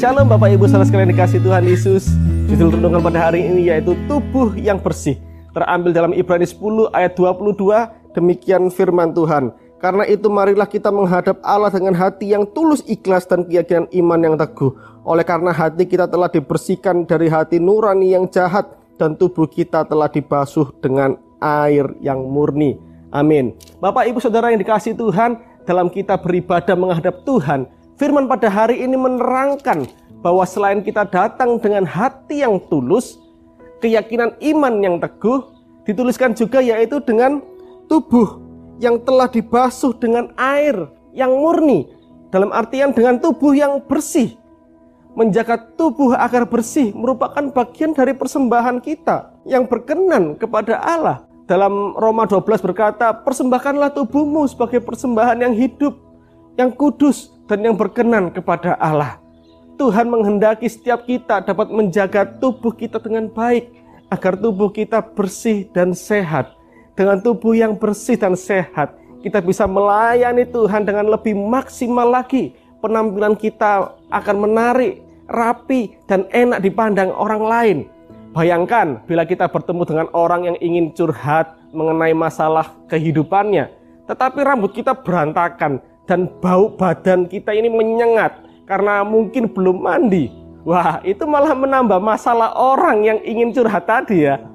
Shalom Bapak Ibu saudara sekalian dikasih Tuhan Yesus. Judul renungan pada hari ini yaitu tubuh yang bersih. Terambil dalam Ibrani 10 ayat 22. Demikian firman Tuhan. Karena itu marilah kita menghadap Allah dengan hati yang tulus ikhlas dan keyakinan iman yang teguh. Oleh karena hati kita telah dibersihkan dari hati nurani yang jahat dan tubuh kita telah dibasuh dengan air yang murni. Amin. Bapak Ibu Saudara yang dikasih Tuhan, dalam kita beribadah menghadap Tuhan, firman pada hari ini menerangkan bahwa selain kita datang dengan hati yang tulus, keyakinan iman yang teguh, dituliskan juga yaitu dengan tubuh yang telah dibasuh dengan air yang murni. Dalam artian dengan tubuh yang bersih. Menjaga tubuh agar bersih merupakan bagian dari persembahan kita yang berkenan kepada Allah. Dalam Roma 12 berkata, persembahkanlah tubuhmu sebagai persembahan yang hidup, yang kudus, dan yang berkenan kepada Allah. Tuhan menghendaki setiap kita dapat menjaga tubuh kita dengan baik, agar tubuh kita bersih dan sehat. Dengan tubuh yang bersih dan sehat, kita bisa melayani Tuhan dengan lebih maksimal lagi. Penampilan kita akan menarik, rapi, dan enak dipandang orang lain. Bayangkan bila kita bertemu dengan orang yang ingin curhat mengenai masalah kehidupannya, tetapi rambut kita berantakan dan bau badan kita ini menyengat karena mungkin belum mandi. Wah, itu malah menambah masalah orang yang ingin curhat tadi ya.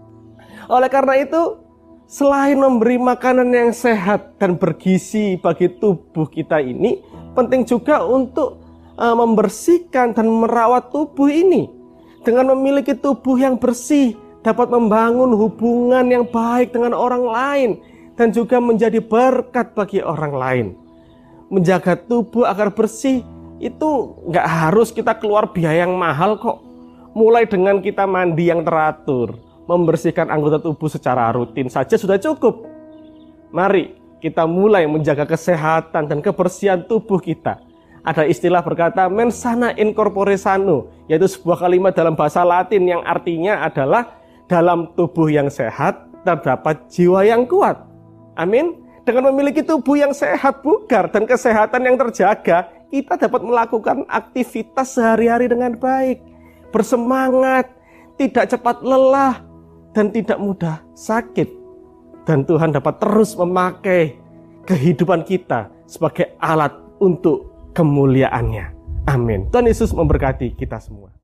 Oleh karena itu, selain memberi makanan yang sehat dan bergizi bagi tubuh kita ini, penting juga untuk membersihkan dan merawat tubuh ini. Dengan memiliki tubuh yang bersih, dapat membangun hubungan yang baik dengan orang lain dan juga menjadi berkat bagi orang lain. Menjaga tubuh agar bersih itu nggak harus kita keluar biaya yang mahal kok. Mulai dengan kita mandi yang teratur, membersihkan anggota tubuh secara rutin saja sudah cukup. Mari kita mulai menjaga kesehatan dan kebersihan tubuh kita. Ada istilah berkata mens sana in corpore sano, yaitu sebuah kalimat dalam bahasa Latin yang artinya adalah dalam tubuh yang sehat terdapat jiwa yang kuat. Amin. Dengan memiliki tubuh yang sehat, bugar, dan kesehatan yang terjaga, kita dapat melakukan aktivitas sehari-hari dengan baik, bersemangat, tidak cepat lelah, dan tidak mudah sakit. Dan Tuhan dapat terus memakai kehidupan kita sebagai alat untuk kemuliaannya. Amin. Tuhan Yesus memberkati kita semua.